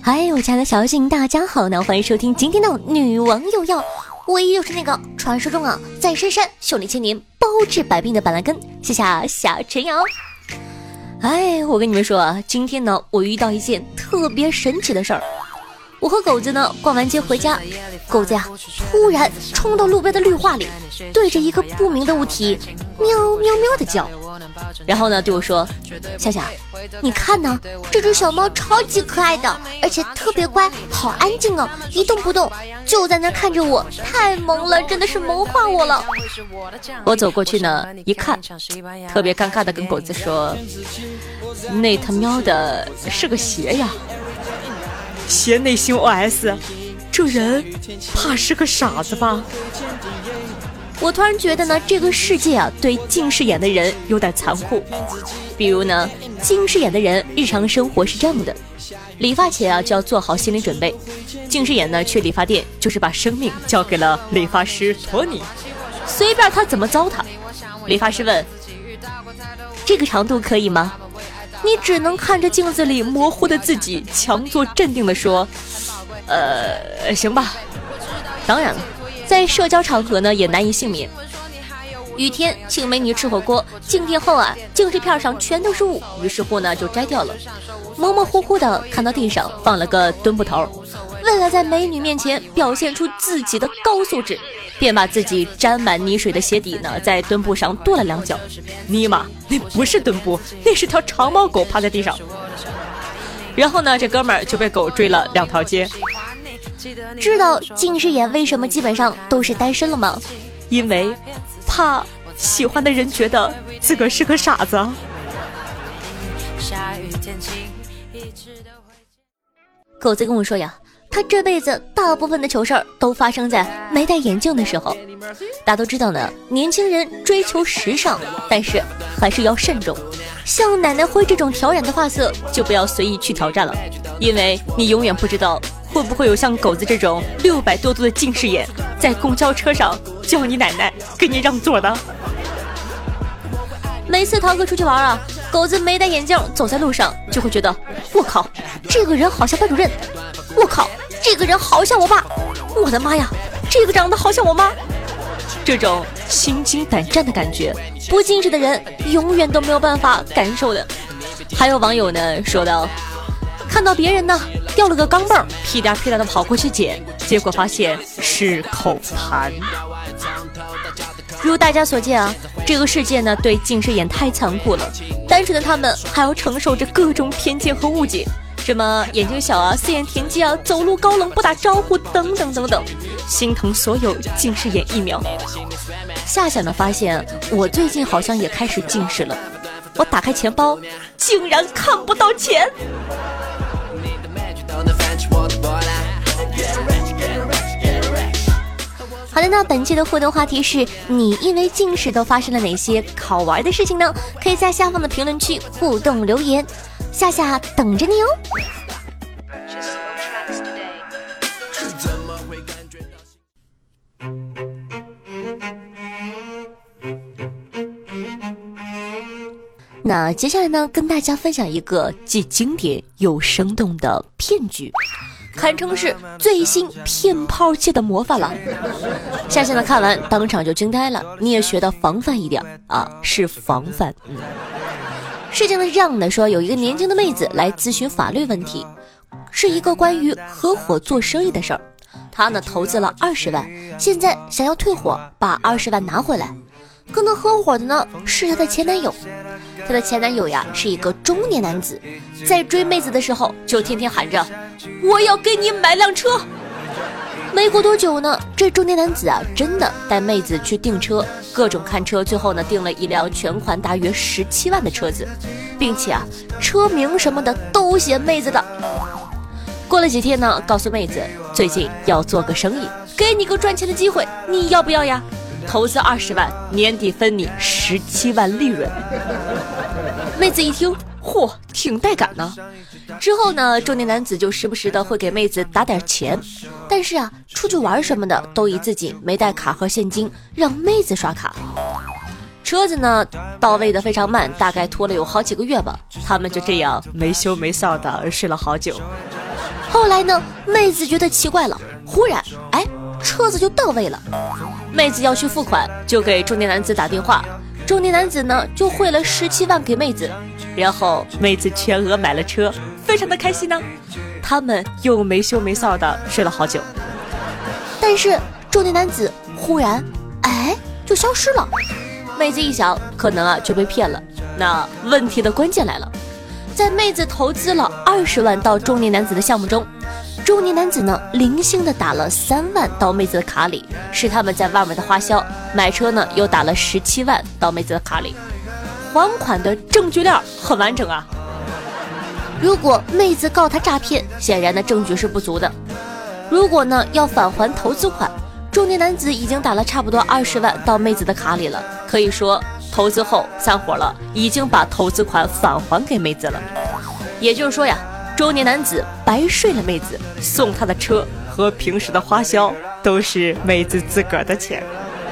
嗨，我家的小星，大家好呢，欢迎收听今天的女王有药，我依旧是那个传说中在深山修炼千年包治百病的板蓝根，谢谢夏晨瑶。哎，我跟你们说啊，今天呢我遇到一件特别神奇的事儿。我和狗子呢逛完街回家，狗子呀突然冲到路边的绿化里，对着一个不明的物体喵喵喵的叫，然后呢对我说，夏夏你看呢，这只小猫超级可爱的，而且特别乖，好安静哦，一动不动就在那看着我，太萌了，真的是萌化我了。我走过去呢一看，特别尴尬的跟狗子说，那他喵的是个鞋呀。鞋内心 OS， 这人怕是个傻子吧。我突然觉得呢，这个世界啊对近视眼的人有点残酷。比如呢，近视眼的人日常生活是这样的，理发前啊就要做好心理准备，近视眼呢去理发店就是把生命交给了理发师托尼，随便他怎么糟蹋。理发师问，这个长度可以吗？你只能看着镜子里模糊的自己，强作镇定地说，行吧。当然了，在社交场合呢也难以幸免。雨天请美女吃火锅，静电后啊，镜视片上全都是雾，于是乎呢就摘掉了。模模糊糊的看到地上放了个墩布头，为了在美女面前表现出自己的高素质，便把自己沾满泥水的鞋底呢在墩布上跺了两脚。尼玛，那不是墩布，那是条长毛狗趴在地上。然后呢这哥们儿就被狗追了2条街。知道近视眼为什么基本上都是单身了吗？因为怕喜欢的人觉得自个是个傻子。狗子跟我说呀，他这辈子大部分的糗事儿都发生在没戴眼镜的时候。大家都知道呢，年轻人追求时尚，但是还是要慎重。像奶奶灰这种挑染的发色就不要随意去挑战了，因为你永远不知道会不会有像狗子这种600多度的近视眼在公交车上叫你奶奶给你让座的。每次涛哥出去玩啊，狗子没戴眼镜走在路上就会觉得，我靠，这个人好像班主任，我靠，这个人好像我爸，我的妈呀，这个长得好像我妈。这种心惊胆战的感觉，不近视的人永远都没有办法感受的。还有网友呢说道，看到别人呢掉了个钢镚，屁颠屁颠的跑过去捡，结果发现是口痰。如大家所见啊，这个世界呢对近视眼太残酷了，单纯的他们还要承受着各种偏见和误解，什么眼睛小啊、四眼田鸡啊、走路高冷不打招呼等等等等，心疼所有近视眼疫苗。夏夏呢发现我最近好像也开始近视了，我打开钱包竟然看不到钱。好的，那本期的互动话题是，你因为近视都发生了哪些好玩的事情呢？可以在下方的评论区互动留言，夏夏等着你哦。那接下来呢，跟大家分享一个既经典又生动的骗局，堪称是最新骗炮界的模范了。夏夏呢看完当场就惊呆了，你也学到防范一点啊，是防范。事情呢是这样的，说有一个年轻的妹子来咨询法律问题，是一个关于合伙做生意的事儿。她呢投资了20万，现在想要退伙，把20万拿回来。跟她合伙的呢是她的前男友，她的前男友呀是一个中年男子，在追妹子的时候就天天喊着，我要给你买辆车。没过多久呢，这中年男子啊真的带妹子去订车，各种看车，最后呢订了一辆全款大约17万的车子，并且啊车名什么的都写妹子的。过了几天呢，告诉妹子最近要做个生意，给你个赚钱的机会，你要不要呀？投资20万，年底分你17万利润。妹子一听，嚯，挺带感呢。之后呢，中年男子就时不时的会给妹子打点钱，但是啊，出去玩什么的都以自己没带卡和现金，让妹子刷卡。车子呢到位的非常慢，大概拖了有好几个月吧，他们就这样没羞没臊的睡了好久。 后来呢，妹子觉得奇怪了，忽然车子就到位了。妹子要去付款，就给中年男子打电话，中年男子呢就汇了17万给妹子，然后妹子全额买了车，非常的开心呢。他们又没羞没臊的睡了好久。但是中年男子忽然就消失了。妹子一想，可能就被骗了。那问题的关键来了，在妹子投资了20万到中年男子的项目中，中年男子呢零星的打了3万到妹子的卡里，是他们在外面的花销。买车呢又打了17万到妹子的卡里，还款的证据链很完整啊。如果妹子告他诈骗，显然呢证据是不足的。如果呢要返还投资款，中年男子已经打了差不多20万到妹子的卡里了，可以说投资后散伙了，已经把投资款返还给妹子了。也就是说呀，中年男子白睡了妹子，送她的车和平时的花销都是妹子自个儿的钱。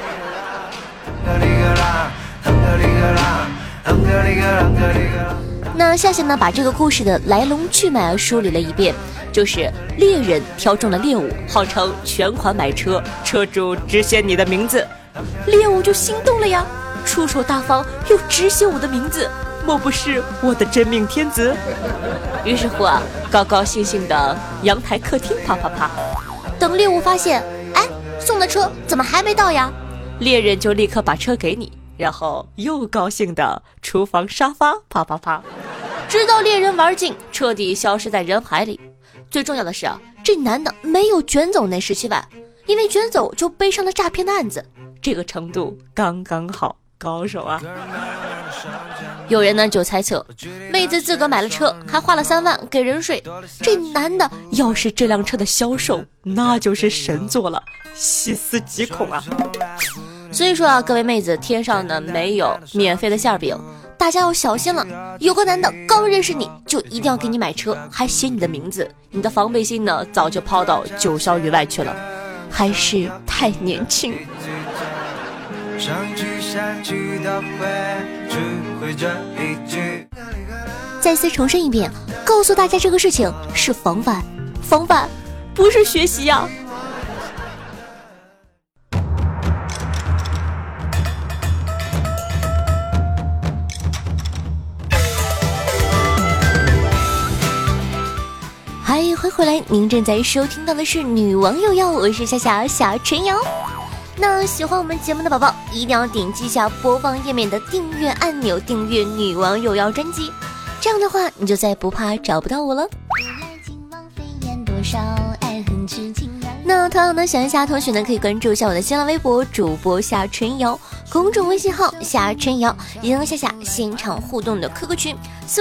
那夏夏呢把这个故事的来龙去脉梳理了一遍，就是猎人挑中了猎物，号称全款买车，车主只写你的名字，猎物就心动了呀，出手大方又只写我的名字，莫不是我的真命天子？于是乎高高兴兴的阳台客厅啪啪啪，等猎物发现送的车怎么还没到呀，猎人就立刻把车给你，然后又高兴的厨房沙发啪啪啪，直到猎人玩尽，彻底消失在人海里。最重要的是这男的没有卷走那17万，因为卷走就背上了诈骗的案子，这个程度刚刚好，高手啊。有人呢就猜测，妹子自个买了车，还花了3万给人睡，这男的要是这辆车的销售，那就是神作了，细思极恐啊。所以说各位妹子，天上呢没有免费的馅饼，大家要小心了。有个男的刚认识你就一定要给你买车，还写你的名字，你的防备心呢早就抛到九霄云外去了，还是太年轻。再次重申一遍，告诉大家这个事情是防范，不是学习呀。嗨，欢迎回来，您正在收听到的是女王有药，我是夏晨瑶。那喜欢我们节目的宝宝一定要点击一下播放页面的订阅按钮，订阅女王有药专辑，这样的话你就再不怕找不到我了。那同样呢，喜欢夏同学呢可以关注一下我的新浪微博主播夏晨瑶，公众微信号夏晨瑶，也和夏现场互动的 QQ 群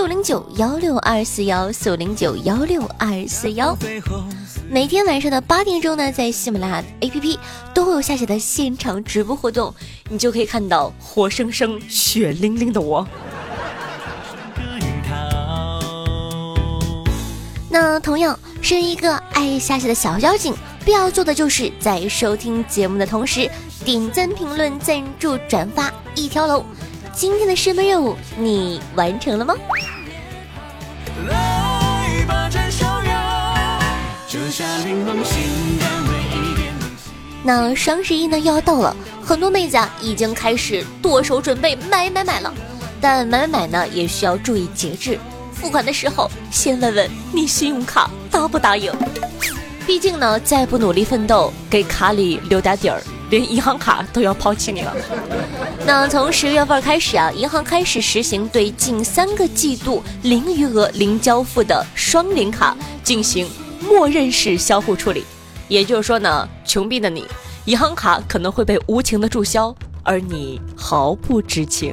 450916241450916241。每天晚上的8点钟呢，在喜马拉雅 APP 都会有夏的现场直播活动，你就可以看到活生生血淋淋的我。那同样是一个爱夏的小妖精，必要做的就是在收听节目的同时点赞、评论、赞助、转发一条龙。今天的师门任务你完成了吗？那双11呢又要到了，很多妹子已经开始剁手准备买了，但买呢也需要注意节制，付款的时候先问问你信用卡答不答应，毕竟呢再不努力奋斗给卡里留点底儿，连银行卡都要抛弃你了。那从10月份开始银行开始实行对近3个季度零余额零交付的双零卡进行默认式销户处理，也就是说呢，穷逼的你银行卡可能会被无情的注销，而你毫不知情。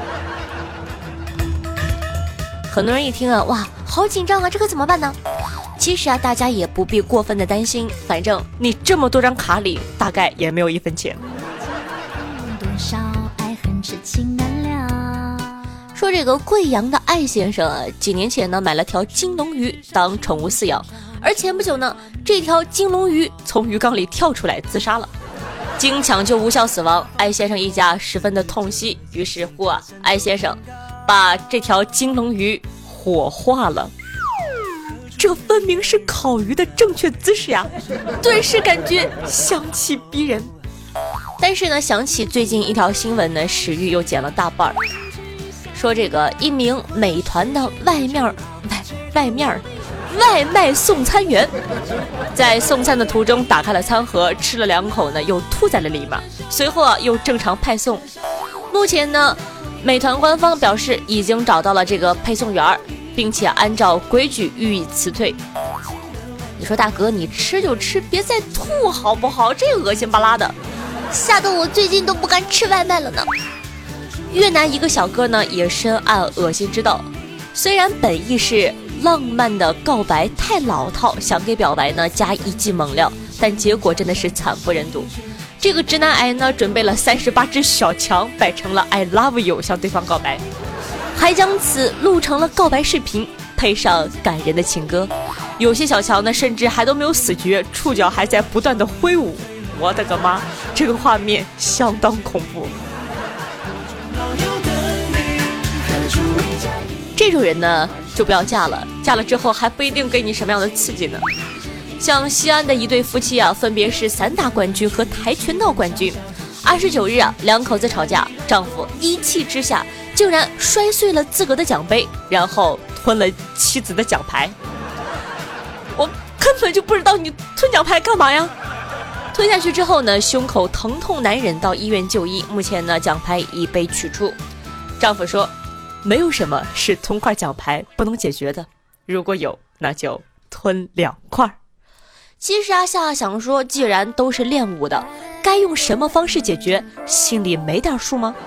很多人一听哇好紧张这可怎么办呢？其实大家也不必过分的担心，反正你这么多张卡里大概也没有1分钱。说这个贵阳的艾先生几年前呢买了条金龙鱼当宠物饲养，而前不久呢这条金龙鱼从鱼缸里跳出来自杀了，经抢救无效死亡，艾先生一家十分的痛惜，于是乎艾先生把这条金龙鱼火化了。 这分明是烤鱼的正确姿势呀，顿时感觉香气逼人。但是呢，想起最近一条新闻呢，食欲又减了大半，说这个一名美团的外卖送餐员在送餐的途中打开了餐盒，吃了2口呢，又吐在了里面，随后又正常派送。目前呢，美团官方表示已经找到了这个配送员，并且按照规矩予以辞退。你说大哥，你吃就吃，别再吐好不好？这恶心巴拉的，吓得我最近都不敢吃外卖了呢。越南一个小哥呢也深谙恶心之道，虽然本意是浪漫的告白太老套，想给表白呢加一剂猛料，但结果真的是惨不忍睹。这个直男癌呢准备了38只小强摆成了 I love you 向对方告白，还将此录成了告白视频，配上感人的情歌。有些小强呢甚至还都没有死绝，触角还在不断的挥舞。我的个妈，这个画面相当恐怖。这种人呢就不要嫁了，嫁了之后还不一定给你什么样的刺激呢。像西安的一对夫妻啊，分别是散打冠军和跆拳道冠军。29日啊，2口子吵架，丈夫一气之下竟然摔碎了自个的奖杯，然后吞了妻子的奖牌。我根本就不知道你吞奖牌干嘛呀。吞下去之后呢，胸口疼痛难忍，到医院就医。目前呢，奖牌已被取出。丈夫说，没有什么是吞块奖牌不能解决的，如果有，那就吞2块。其实阿夏想说，既然都是练武的，该用什么方式解决，心里没点数吗？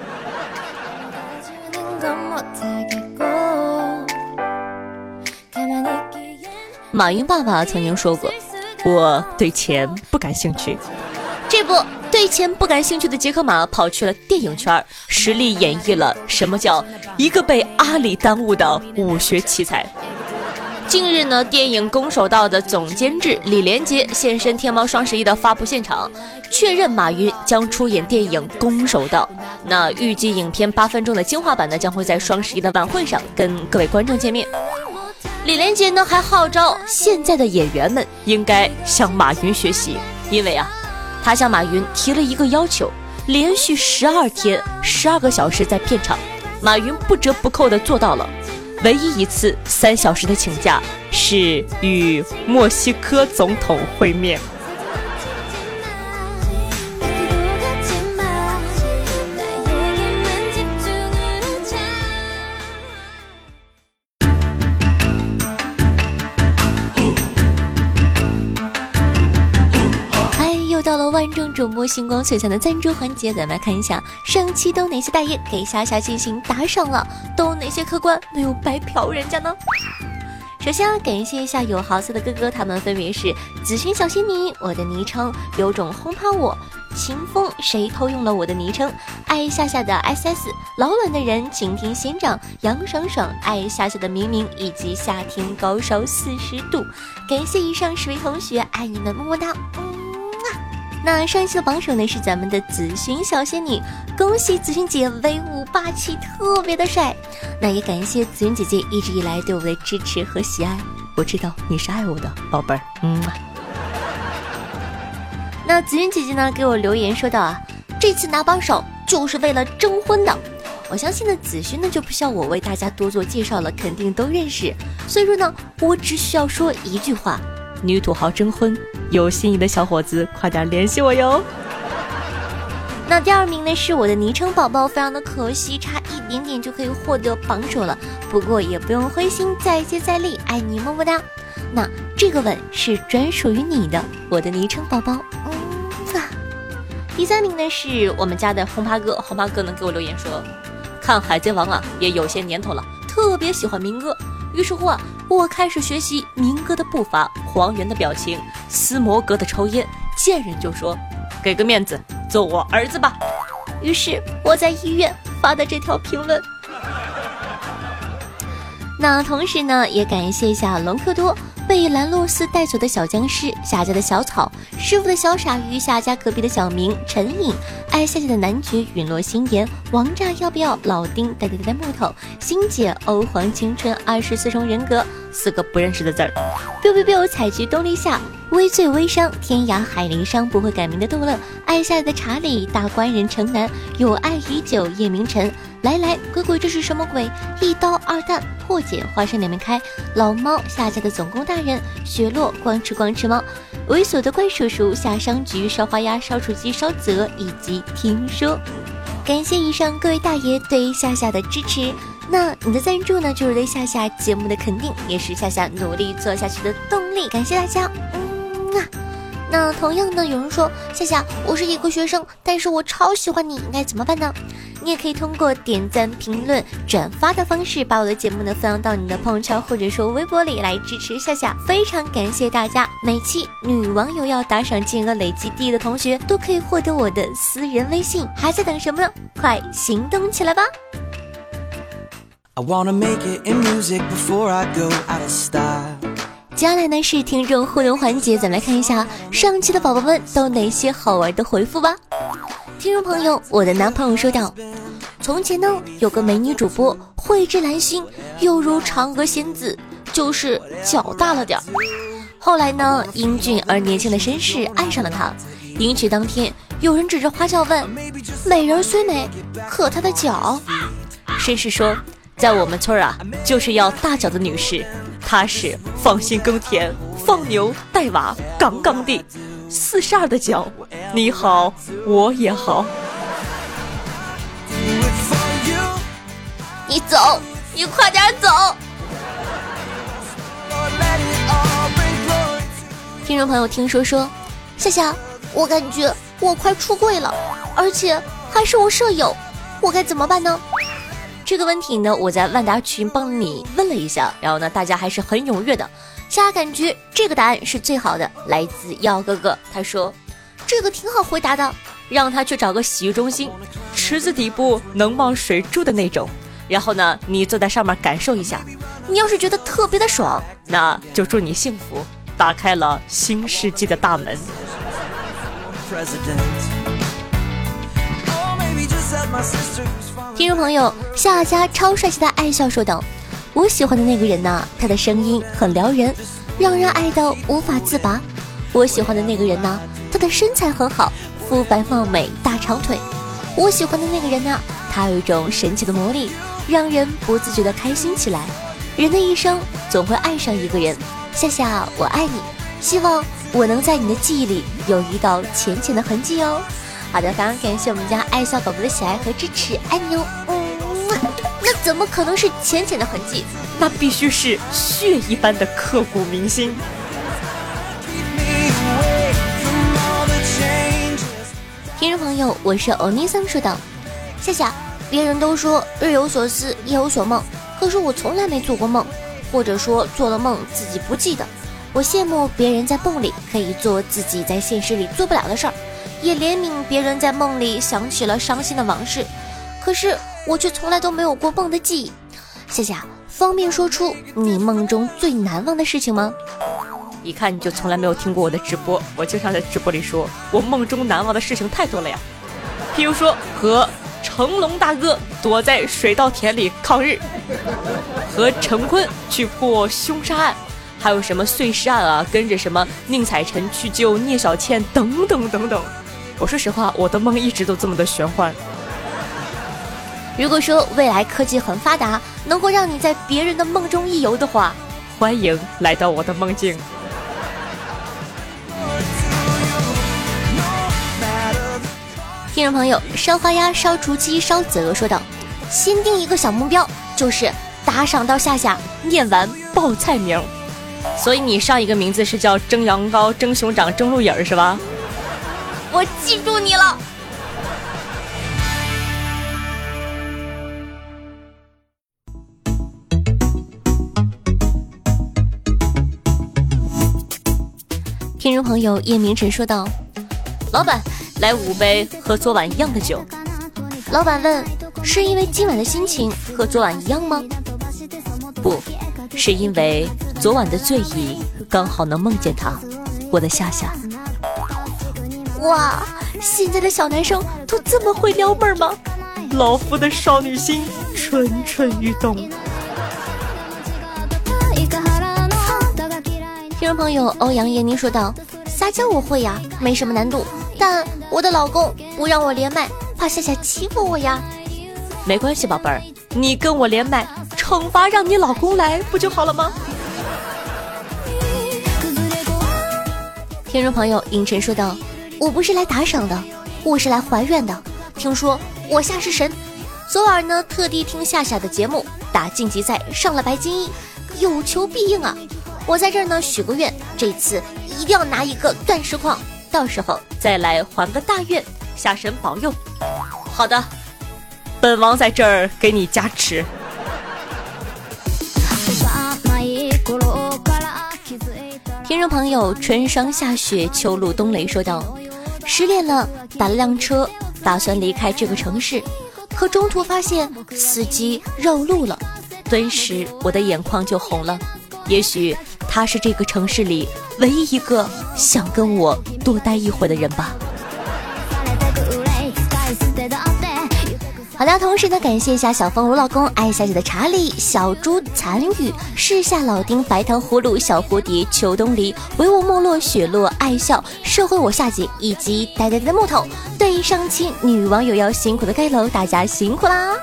马云爸爸曾经说过，我对钱不感兴趣。这不，对钱不感兴趣的杰克马跑去了电影圈，实力演绎了什么叫一个被阿里耽误的武学奇才。近日呢，电影《攻守道》的总监制李连杰现身天猫双11的发布现场，确认马云将出演电影《攻守道》。那预计影片8分钟的精华版呢，将会在双11的晚会上跟各位观众见面。李连杰呢还号召现在的演员们应该向马云学习，因为啊，他向马云提了一个要求，连续12天12个小时在片场，马云不折不扣地做到了。唯一一次3小时的请假是与墨西哥总统会面。又到了万众瞩目星光璀璨的赞助环节，咱们来看一下上期都哪些大爷给夏夏进行打赏了，都有哪些客官没有白嫖人家呢？首先感谢一下有豪色的哥哥，他们分别是紫薰小仙女，我的昵称有种轰趴我，秦风谁偷用了我的昵称，爱夏夏的 SS 老卵的人，晴天仙长，杨爽爽，爱夏夏的明明，以及夏天高烧40度。感谢以上10位同学，爱你们么么哒。那上一期的榜首呢是咱们的紫薰小仙女，恭喜紫薰姐威武霸气，特别的帅。那也感谢紫薰姐姐一直以来对我的支持和喜爱，我知道你是爱我的宝贝儿。那紫薰姐姐呢给我留言说道啊，这次拿榜首就是为了征婚的。我相信呢紫薰呢就不需要我为大家多做介绍了，肯定都认识。所以说呢，我只需要说一句话，女土豪征婚，有心仪的小伙子快点联系我哟。那第2名呢是我的昵称宝宝，非常的可惜，差一点点就可以获得榜首了，不过也不用灰心，再接再厉，爱你么么哒。那这个吻是专属于你的，我的昵称宝宝。第3名呢是我们家的轰趴哥，轰趴哥呢给我留言说，看海贼王啊也有些年头了，特别喜欢民歌，于是乎啊我开始学习民歌的步伐，黄猿的表情，斯摩格的抽烟，见人就说给个面子做我儿子吧。于是我在医院发的这条评论。那同时呢也感谢一下隆科多，被兰洛斯带走的小僵尸，夏家的小草，师傅的小傻鱼，夏家隔壁的小明，陈颖，爱夏家的男爵，陨落心言，王炸要不要，老丁，呆呆木头，星姐，欧皇青春，24重人格， 4个不认识的字儿。biu biu biu，采菊东篱下，微醉微伤，天涯海陵伤，不会改名的逗乐，爱下的查理，大官人城南，有爱已久夜明晨，来来鬼鬼这是什么鬼，一刀二弹破茧，花生两面开，老猫下家的总工大人，雪落光吃光吃猫，猥琐的怪叔叔，下商局，烧花鸭，烧雏鸡，烧泽，以及听说。感谢以上各位大爷对夏夏的支持，那你的赞助呢，就是对夏夏节目的肯定，也是夏夏努力做下去的动力，感谢大家。那同样呢，有人说夏夏，我是一个学生，但是我超喜欢你，应该怎么办呢？你也可以通过点赞、评论、转发的方式，把我的节目呢分享到你的朋友圈或者说微博里来支持夏夏，非常感谢大家。每期女网友要打赏金额累计第一的同学都可以获得我的私人微信，还在等什么呢？快行动起来吧！I wanna make it in music before I go out of style。接下来呢是听众互动环节，咱们来看一下上期的宝宝们都哪些好玩的回复吧。听众朋友，我的男朋友说道：从前呢有个美女主播，蕙质兰心，犹如嫦娥仙子，就是脚大了点。后来呢，英俊而年轻的绅士爱上了她。迎娶当天，有人指着花轿问：美人虽美，可她的脚？绅士说：在我们村啊，就是要大脚的女士，她是放心耕田，放牛带娃，杠杠地，42的脚，你好我也好。你走，你快点走。听众朋友听说夏夏，我感觉我快出柜了，而且还是我舍友，我该怎么办呢？这个问题呢，我在万达群帮你问了一下，然后呢，大家还是很踊跃的。夏夏感觉这个答案是最好的，来自耀哥哥，他说这个挺好回答的，让他去找个洗浴中心，池子底部能冒水柱的那种，然后呢，你坐在上面感受一下，你要是觉得特别的爽，那就祝你幸福，打开了新世纪的大门。听众朋友，夏家超帅气的爱笑说道：我喜欢的那个人呢，他的声音很撩人，让人爱到无法自拔。我喜欢的那个人呢，他的身材很好，肤白貌美，大长腿。我喜欢的那个人呢，他有一种神奇的魔力，让人不自觉地开心起来。人的一生总会爱上一个人，夏夏我爱你，希望我能在你的记忆里有一道浅浅的痕迹哦。好的，非常感谢我们家爱笑宝宝的喜爱和支持，爱你哦。那怎么可能是浅浅的痕迹？那必须是血一般的刻骨铭心。听众朋友，我是欧尼桑说道：夏夏，别人都说日有所思夜有所梦，可是我从来没做过梦，或者说做了梦自己不记得。我羡慕别人在梦里可以做自己在现实里做不了的事儿，也怜悯别人在梦里想起了伤心的往事，可是我却从来都没有过梦的记忆。夏夏，方便说出你梦中最难忘的事情吗？一看你就从来没有听过我的直播，我经常在直播里说我梦中难忘的事情太多了呀，譬如说和成龙大哥躲在水稻田里抗日，和陈坤去破凶杀案，还有什么碎尸案啊，跟着什么宁采臣去救聂小倩等等等等。我说实话，我的梦一直都这么的玄幻。如果说未来科技很发达，能够让你在别人的梦中一游的话，欢迎来到我的梦境。听众朋友，烧花鸭、烧雏鸡、烧子鹅说道：先定一个小目标，就是打赏到夏夏念完报菜名。所以你上一个名字是叫蒸羊羔、蒸熊掌、蒸鹿眼是吧？我记住你了。听众朋友叶明晨说道：老板，来5杯和昨晚一样的酒。老板问：是因为今晚的心情和昨晚一样吗？不，是因为昨晚的醉意刚好能梦见他，我的夏夏。哇，现在的小男生都这么会撩妹吗？老夫的少女心蠢蠢欲动。 众朋友欧阳燕妮说道，撒娇我会呀，没什么难度，但我的老公不让我连麦，怕夏夏欺负我呀。没关系宝贝儿，你跟我连麦，惩罚让你老公来不就好了吗？听众朋友影晨说道，我不是来打赏的，我是来还愿的，听说我夏是神，昨晚呢特地听夏夏的节目，打晋级赛上了白金1，有求必应啊！我在这儿呢许个愿，这次一定要拿一个钻石矿，到时候再来还个大愿，夏神保佑。好的，本王在这儿给你加持。听众朋友春霜夏雪秋露冬雷说道，失恋了，打了辆车，打算离开这个城市，可中途发现司机绕路了，顿时我的眼眶就红了。也许他是这个城市里唯一一个想跟我多待一会儿的人吧。好的，同时呢，感谢一下小凤如老公、爱夏姐的查理、小猪残雨、世下老丁、白糖葫芦、小蝴蝶、秋冬梨、唯我没落、雪落、爱笑、社会我夏姐以及呆呆的木头。对上期女网友要辛苦的盖楼，大家辛苦啦！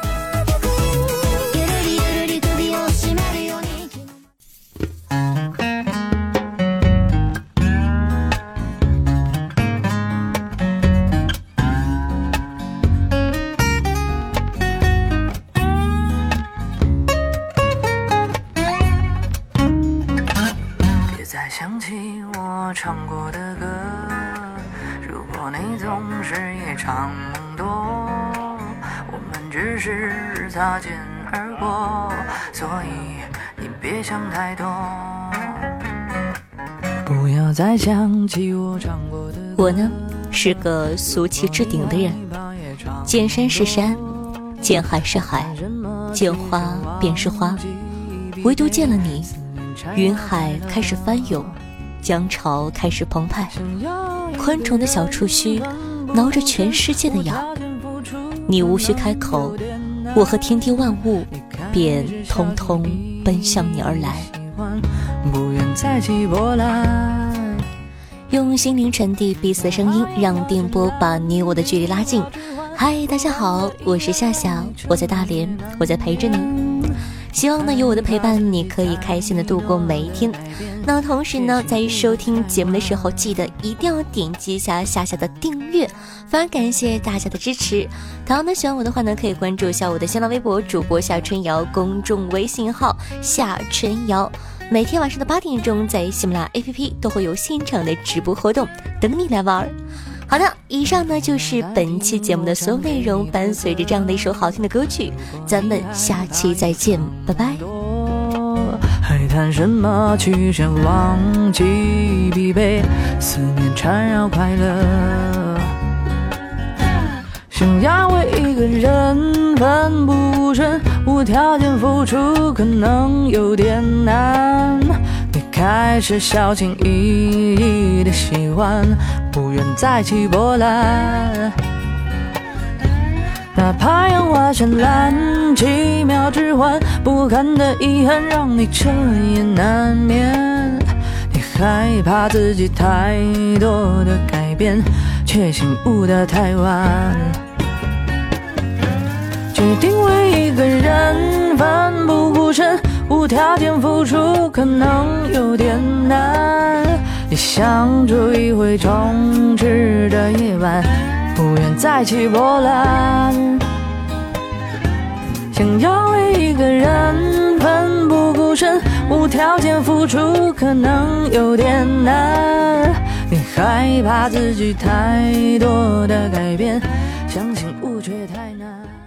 想起我唱过的歌，如果你总是夜长梦多，我们只是擦肩而过，所以你别想太多。不要再想起我唱过的歌。 我呢是个俗气至顶的人，见山是山，见海是海，见花便是花，唯独见了你，云海开始翻涌，江潮开始澎湃，昆虫的小触须挠着全世界的痒，你无需开口，我和天地万物便通通奔向你而来， 不愿再起波澜， 用心灵传递彼此的声音，让电波把你我的距离拉近。嗨，大家好，我是夏夏，我在大连，我在陪着你。希望呢有我的陪伴，你可以开心的度过每一天。那同时呢，在收听节目的时候，记得一定要点击一下夏夏的订阅，非常感谢大家的支持。同样呢，喜欢我的话呢，可以关注一下我的新浪微博主播夏春瑶，公众微信号夏春瑶。每天晚上的8点钟，在喜马拉雅 APP 都会有现场的直播活动，等你来玩。好的，以上呢就是本期节目的所有内容，伴随着这样的一首好听的歌曲，咱们下期再见，拜拜。 还谈什么去想忘记疲惫，思念缠绕快乐，想要为一个人奋不顾身，无条件付出可能有点难，你开始小心翼翼的喜欢，不愿再起波澜，哪怕烟花绚烂，奇妙之欢，不堪的遗憾让你彻夜难眠，你害怕自己太多的改变，却醒悟得太晚，决定为一个人奋不顾身，无条件付出可能有点难，你想住一回充斥的夜晚，不愿再起波澜，想要为一个人奋不顾身，无条件付出可能有点难，你害怕自己太多的改变，相信误却太难。